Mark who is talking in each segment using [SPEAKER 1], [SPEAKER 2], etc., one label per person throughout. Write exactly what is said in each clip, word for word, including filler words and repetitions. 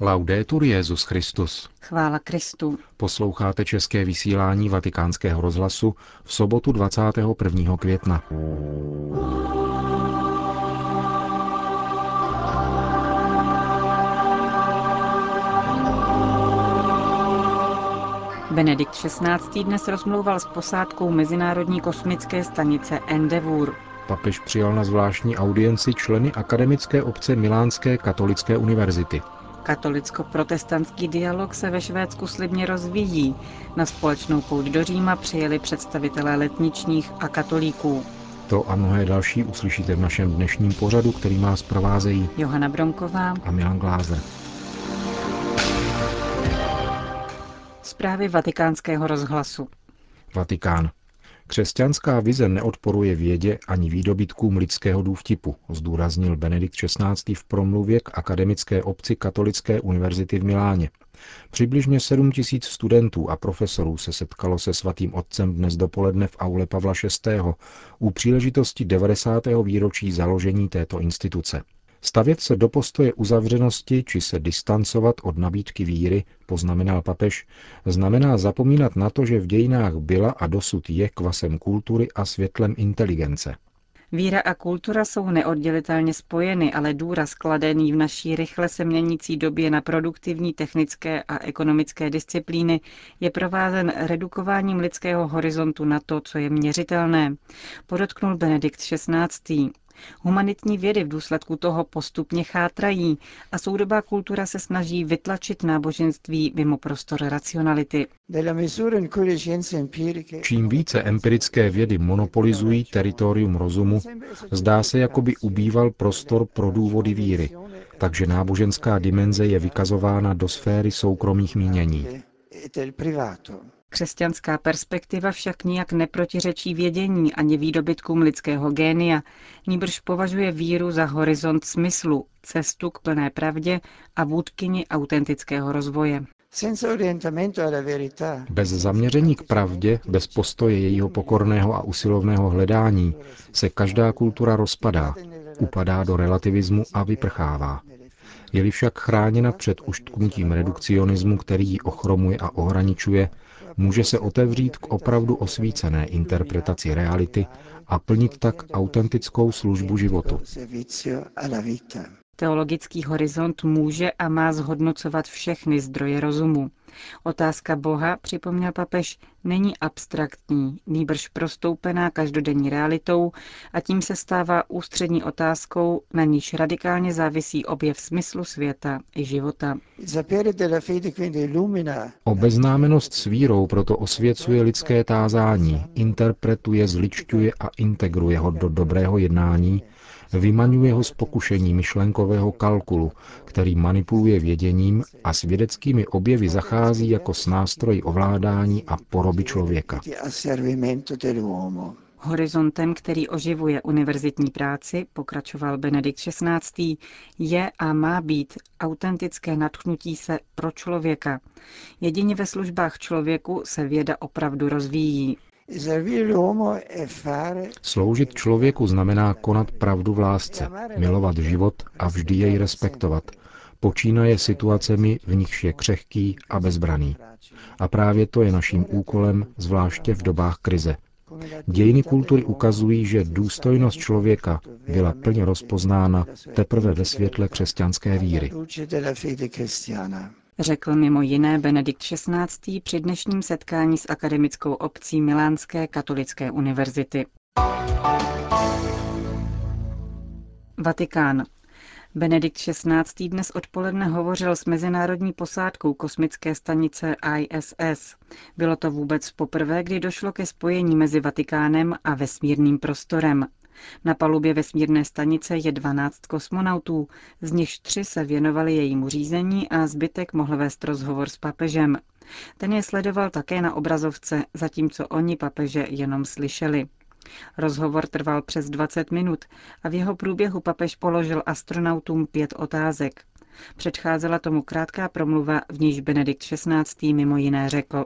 [SPEAKER 1] Laudetur Jesus Christus.
[SPEAKER 2] Chvála Kristu.
[SPEAKER 1] Posloucháte české vysílání Vatikánského rozhlasu v sobotu dvacátého prvního května.
[SPEAKER 2] Benedikt šestnáctý. dnes rozmlouval s posádkou mezinárodní kosmické stanice Endeavour.
[SPEAKER 1] Papež přijal na zvláštní audienci členy akademické obce Milánské katolické univerzity.
[SPEAKER 2] Katolicko-protestantský dialog se ve Švédsku slibně rozvíjí. Na společnou pouť do Říma přijeli představitelé letničních a katolíků.
[SPEAKER 1] To a mnohé další uslyšíte v našem dnešním pořadu, který nás provázejí
[SPEAKER 2] Johana Bronková
[SPEAKER 1] a Milan Glázer.
[SPEAKER 2] Zprávy Vatikánského rozhlasu.
[SPEAKER 1] Vatikán. Křesťanská vize neodporuje vědě ani výdobytkům lidského důvtipu, zdůraznil Benedikt šestnáctý. v promluvě k akademické obci Katolické univerzity v Miláně. Přibližně sedm tisíc studentů a profesorů se setkalo se svatým otcem dnes dopoledne v aule Pavla šestého. u příležitosti devadesátého výročí založení této instituce. Stavět se do postoje uzavřenosti či se distancovat od nabídky víry, poznamenal papež, znamená zapomínat na to, že v dějinách byla a dosud je kvasem kultury a světlem inteligence.
[SPEAKER 2] Víra a kultura jsou neoddělitelně spojeny, ale důraz kladený v naší rychle se měnící době na produktivní, technické a ekonomické disciplíny je provázen redukováním lidského horizontu na to, co je měřitelné, podotknul Benedikt šestnáctý. Humanitní vědy v důsledku toho postupně chátrají a soudobá kultura se snaží vytlačit náboženství mimo prostor racionality.
[SPEAKER 1] Čím více empirické vědy monopolizují teritorium rozumu, zdá se, jako by ubýval prostor pro důvody víry, takže náboženská dimenze je vykazována do sféry soukromých mínění.
[SPEAKER 2] Křesťanská perspektiva však nijak neprotiřečí vědění ani výdobytkům lidského génia, nýbrž považuje víru za horizont smyslu, cestu k plné pravdě a vůdkyni autentického rozvoje.
[SPEAKER 1] Bez zaměření k pravdě, bez postoje jejího pokorného a usilovného hledání se každá kultura rozpadá, upadá do relativismu a vyprchává. Je-li však chráněna před uštknutím redukcionismu, který ji ochromuje a ohraničuje, může se otevřít k opravdu osvícené interpretaci reality a plnit tak autentickou službu životu.
[SPEAKER 2] Teologický horizont může a má zhodnocovat všechny zdroje rozumu. Otázka Boha, připomněl papež, není abstraktní, nýbrž prostoupená každodenní realitou a tím se stává ústřední otázkou, na níž radikálně závisí objev smyslu světa i života.
[SPEAKER 1] Obeznámenost s vírou proto osvěcuje lidské tázání, interpretuje, zličťuje a integruje ho do dobrého jednání, vymaňuje ho z pokušení myšlenkového kalkulu, který manipuluje věděním a s vědeckými objevy zachází jako s nástroji ovládání a poroby člověka.
[SPEAKER 2] Horizontem, který oživuje univerzitní práci, pokračoval Benedikt šestnáctý. je a má být autentické nadchnutí se pro člověka. Jedině ve službách člověku se věda opravdu rozvíjí.
[SPEAKER 1] Sloužit člověku znamená konat pravdu v lásce, milovat život a vždy jej respektovat, počínaje situacemi, v nichž je křehký a bezbraný. A právě to je naším úkolem, zvláště v dobách krize. Dějiny kultury ukazují, že důstojnost člověka byla plně rozpoznána teprve ve světle křesťanské víry.
[SPEAKER 2] Řekl mimo jiné Benedikt šestnáctý. při dnešním setkání s akademickou obcí Milánské katolické univerzity. Vatikán. Benedikt šestnáctý. dnes odpoledne hovořil s mezinárodní posádkou kosmické stanice I S S. Bylo to vůbec poprvé, kdy došlo ke spojení mezi Vatikánem a vesmírným prostorem. Na palubě vesmírné stanice je dvanáct kosmonautů, z nichž tři se věnovali jejímu řízení a zbytek mohl vést rozhovor s papežem. Ten je sledoval také na obrazovce, zatímco oni papeže jenom slyšeli. Rozhovor trval přes dvacet minut a v jeho průběhu papež položil astronautům pět otázek. Předcházela tomu krátká promluva, v níž Benedikt šestnáctý. mimo jiné řekl: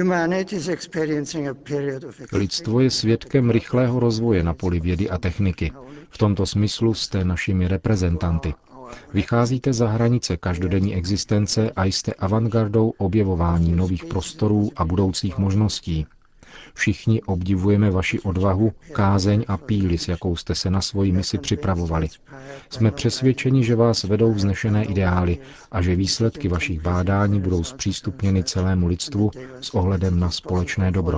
[SPEAKER 1] Lidstvo je svědkem rychlého rozvoje na poli vědy a techniky. V tomto smyslu jste našimi reprezentanty. Vycházíte za hranice každodenní existence a jste avantgardou objevování nových prostorů a budoucích možností. Všichni obdivujeme vaši odvahu, kázeň a píli, s jakou jste se na svoji misi připravovali. Jsme přesvědčeni, že vás vedou vznešené ideály a že výsledky vašich bádání budou zpřístupněny celému lidstvu s ohledem na společné dobro.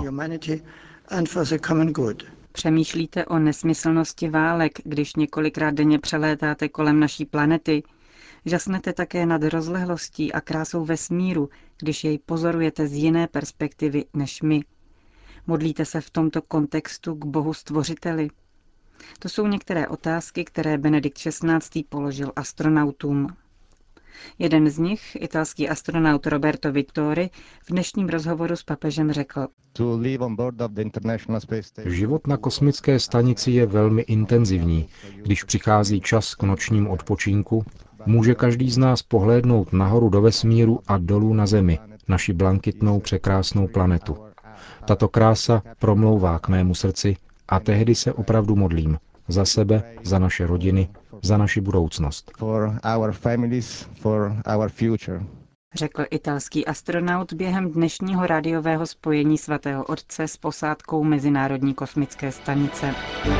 [SPEAKER 2] Přemýšlíte o nesmyslnosti válek, když několikrát denně přelétáte kolem naší planety? Žasnete také nad rozlehlostí a krásou vesmíru, když jej pozorujete z jiné perspektivy než my. Modlíte se v tomto kontextu k Bohu Stvořiteli? To jsou některé otázky, které Benedikt šestnáctý položil astronautům. Jeden z nich, italský astronaut Roberto Vittori, v dnešním rozhovoru s papežem řekl:
[SPEAKER 1] Život na kosmické stanici je velmi intenzivní. Když přichází čas k nočnímu odpočinku, může každý z nás pohlédnout nahoru do vesmíru a dolů na Zemi, naši blankitnou překrásnou planetu. Tato krása promlouvá k mému srdci a tehdy se opravdu modlím za sebe, za naše rodiny, za naši budoucnost.
[SPEAKER 2] Řekl italský astronaut během dnešního rádiového spojení svatého otce s posádkou Mezinárodní kosmické stanice.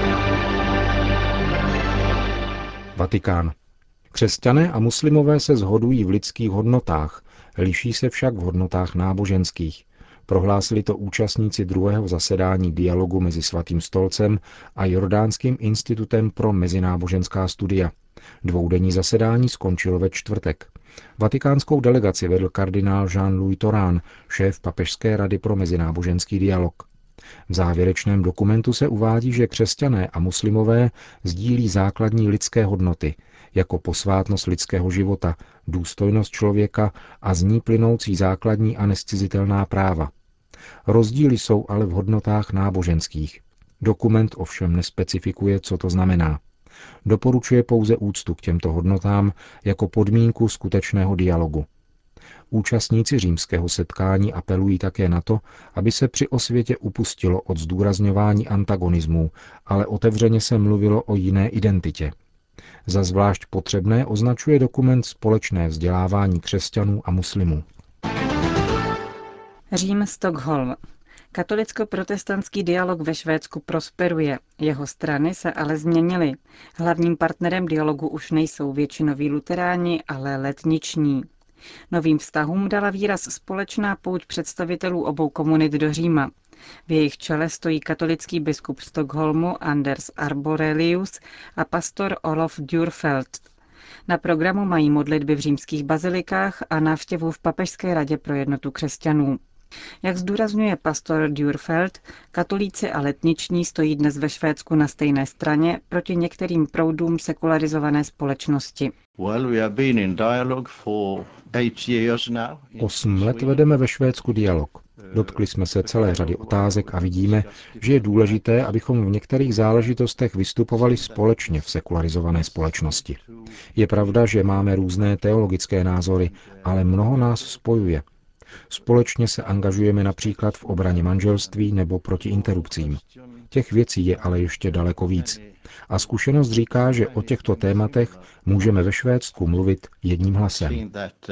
[SPEAKER 1] Vatikán. Křesťané a muslimové se shodují v lidských hodnotách, liší se však v hodnotách náboženských. Prohlásili to účastníci druhého zasedání dialogu mezi Svatým stolcem a Jordánským institutem pro mezináboženská studia. Dvoudenní zasedání skončilo ve čtvrtek. Vatikánskou delegaci vedl kardinál Jean-Louis Torán, šéf Papežské rady pro mezináboženský dialog. V závěrečném dokumentu se uvádí, že křesťané a muslimové sdílí základní lidské hodnoty, jako posvátnost lidského života, důstojnost člověka a z ní plynoucí základní a nezcizitelná práva. Rozdíly jsou ale v hodnotách náboženských. Dokument ovšem nespecifikuje, co to znamená. Doporučuje pouze úctu k těmto hodnotám jako podmínku skutečného dialogu. Účastníci římského setkání apelují také na to, aby se při osvětě upustilo od zdůrazňování antagonismů, ale otevřeně se mluvilo o jiné identitě. Za zvlášť potřebné označuje dokument společné vzdělávání křesťanů a muslimů.
[SPEAKER 2] Řím, Stockholm. Katolicko-protestantský dialog ve Švédsku prosperuje, jeho strany se ale změnily. Hlavním partnerem dialogu už nejsou většinoví luteráni, ale letniční. Novým vztahům dala výraz společná pouť představitelů obou komunit do Říma. V jejich čele stojí katolický biskup Stockholmu Anders Arborelius a pastor Olof Djurfeld. Na programu mají modlitby v římských bazilikách a návštěvu v Papežské radě pro jednotu křesťanů. Jak zdůrazňuje pastor Djurfeld, katolíci a letniční stojí dnes ve Švédsku na stejné straně proti některým proudům sekularizované společnosti.
[SPEAKER 1] Osm let vedeme ve Švédsku dialog. Dotkli jsme se celé řady otázek a vidíme, že je důležité, abychom v některých záležitostech vystupovali společně v sekularizované společnosti. Je pravda, že máme různé teologické názory, ale mnoho nás spojuje. Společně se angažujeme například v obraně manželství nebo proti interrupcím. Těch věcí je ale ještě daleko víc. A zkušenost říká, že o těchto tématech můžeme ve Švédsku mluvit jedním hlasem.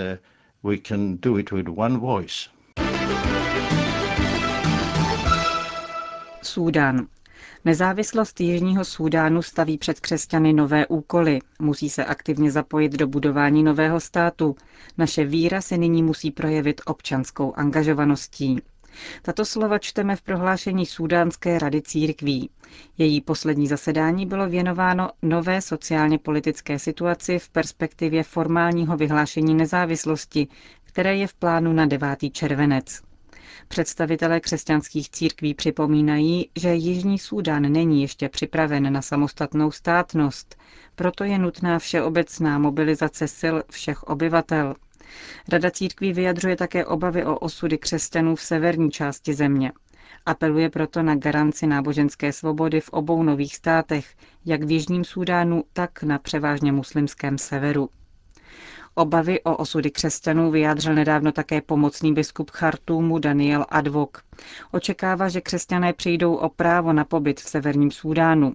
[SPEAKER 2] Súdán. Nezávislost Jižního Súdánu staví před křesťany nové úkoly. Musí se aktivně zapojit do budování nového státu. Naše víra se nyní musí projevit občanskou angažovaností. Tato slova čteme v prohlášení Súdánské rady církví. Její poslední zasedání bylo věnováno nové sociálně-politické situaci v perspektivě formálního vyhlášení nezávislosti, které je v plánu na devátý červenec. Představitelé křesťanských církví připomínají, že Jižní Súdán není ještě připraven na samostatnou státnost, proto je nutná všeobecná mobilizace sil všech obyvatel. Rada církví vyjadřuje také obavy o osudy křesťanů v severní části země. Apeluje proto na garanci náboženské svobody v obou nových státech, jak v Jižním Súdánu, tak na převážně muslimském severu. Obavy o osudy křesťanů vyjádřil nedávno také pomocný biskup Chartúmu Daniel Advok. Očekává, že křesťané přijdou o právo na pobyt v severním Súdánu.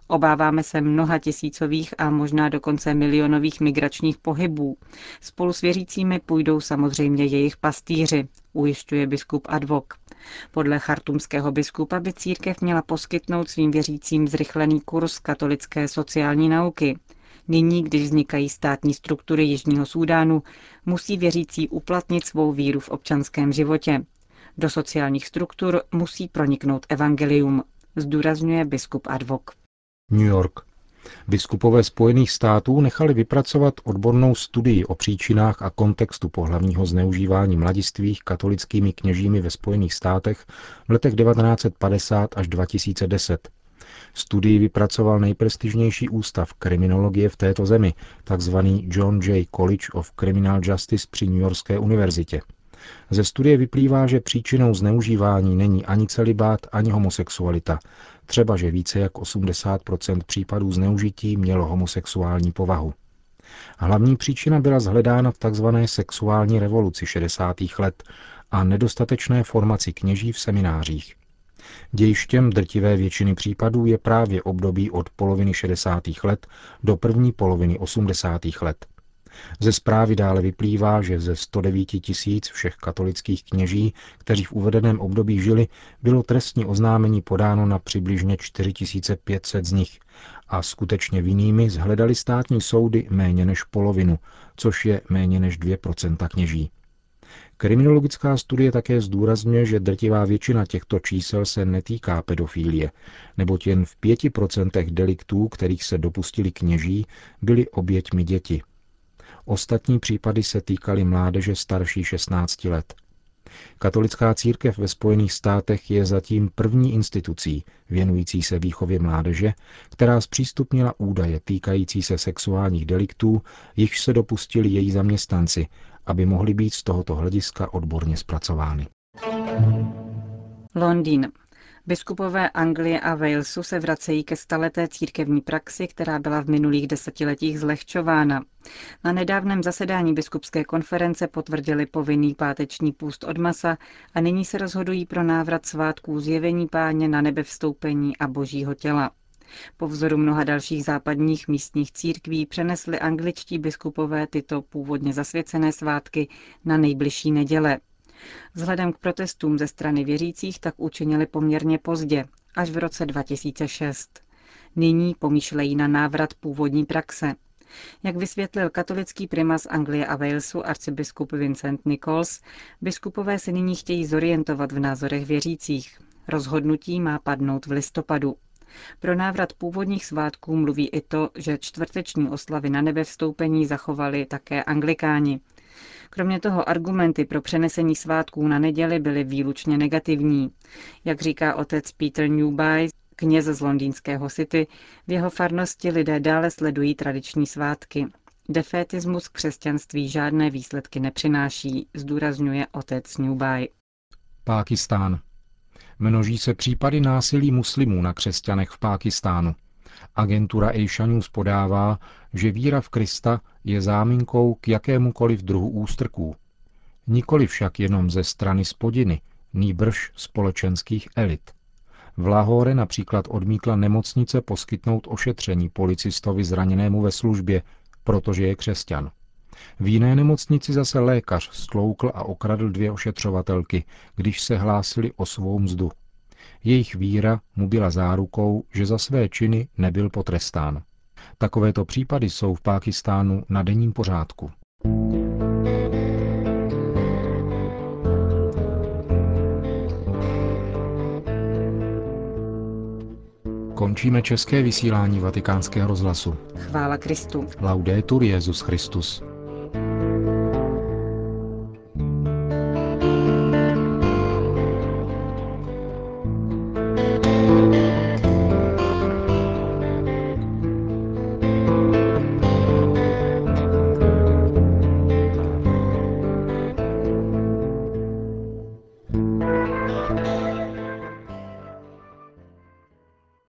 [SPEAKER 2] Obáváme se mnoha tisícových a možná dokonce milionových migračních pohybů. Spolu s věřícími půjdou samozřejmě jejich pastýři, ujišťuje biskup Advok. Podle chartumského biskupa by církev měla poskytnout svým věřícím zrychlený kurz katolické sociální nauky. Nyní, když vznikají státní struktury Jižního Súdánu, musí věřící uplatnit svou víru v občanském životě. Do sociálních struktur musí proniknout evangelium, zdůrazňuje biskup Advok.
[SPEAKER 1] New York. Biskupové Spojených států nechali vypracovat odbornou studii o příčinách a kontextu pohlavního zneužívání mladistvých katolickými kněžími ve Spojených státech v letech devatenáct set padesát až dva tisíce deset. Studii vypracoval nejprestižnější ústav kriminologie v této zemi, takzvaný John Jay College of Criminal Justice při New Yorkské univerzitě. Ze studie vyplývá, že příčinou zneužívání není ani celibát, ani homosexualita, třeba že více jak osmdesát procent případů zneužití mělo homosexuální povahu. Hlavní příčina byla shledána v tzv. Sexuální revoluci šedesátých let a nedostatečné formaci kněží v seminářích. Dějištěm drtivé většiny případů je právě období od poloviny šedesátých let do první poloviny osmdesátých let. Ze zprávy dále vyplývá, že ze sto devět tisíc všech katolických kněží, kteří v uvedeném období žili, bylo trestní oznámení podáno na přibližně čtyři tisíce pět set z nich a skutečně vinnými shledali státní soudy méně než polovinu, což je méně než dvě procenta kněží. Kriminologická studie také zdůrazňuje, že drtivá většina těchto čísel se netýká pedofilie, neboť jen v pěti procentech deliktů, kterých se dopustili kněží, byly oběťmi děti. Ostatní případy se týkaly mládeže starší šestnácti let. Katolická církev ve Spojených státech je zatím první institucí věnující se výchově mládeže, která zpřístupnila údaje týkající se sexuálních deliktů, jichž se dopustili její zaměstnanci, aby mohly být z tohoto hlediska odborně zpracovány.
[SPEAKER 2] Londýn. Biskupové Anglie a Walesu se vracejí ke staleté církevní praxi, která byla v minulých desetiletích zlehčována. Na nedávném zasedání biskupské konference potvrdili povinný páteční půst od masa a nyní se rozhodují pro návrat svátků Zjevení Páně, na nebe vstoupení a Božího těla. Po vzoru mnoha dalších západních místních církví přenesli angličtí biskupové tyto původně zasvěcené svátky na nejbližší neděle. Vzhledem k protestům ze strany věřících tak učinili poměrně pozdě, až v roce dva tisíce šest. Nyní pomýšlejí na návrat původní praxe. Jak vysvětlil katolický primas Anglie a Walesu arcibiskup Vincent Nichols, biskupové se nyní chtějí zorientovat v názorech věřících. Rozhodnutí má padnout v listopadu. Pro návrat původních svátků mluví i to, že čtvrteční oslavy na nebevstoupení zachovali také anglikáni. Kromě toho argumenty pro přenesení svátků na neděli byly výlučně negativní. Jak říká otec Peter Newby, kněz z londýnského City, v jeho farnosti lidé dále sledují tradiční svátky. Defétismus křesťanství žádné výsledky nepřináší, zdůrazňuje otec Newby.
[SPEAKER 1] Pákistán. Množí se případy násilí muslimů na křesťanech v Pákistánu. Agentura Asia News podává, že víra v Krista je záminkou k jakémukoliv druhu ústrků. Nikoli však jenom ze strany spodiny, nýbrž společenských elit. V Lahore například odmítla nemocnice poskytnout ošetření policistovi zraněnému ve službě, protože je křesťan. V jiné nemocnici zase lékař stloukl a okradl dvě ošetřovatelky, když se hlásili o svou mzdu. Jejich víra mu byla zárukou, že za své činy nebyl potrestán. Takovéto případy jsou v Pákistánu na denním pořádku. Končíme české vysílání Vatikánského rozhlasu.
[SPEAKER 2] Chvála Kristu.
[SPEAKER 1] Laudetur Jesus Christus.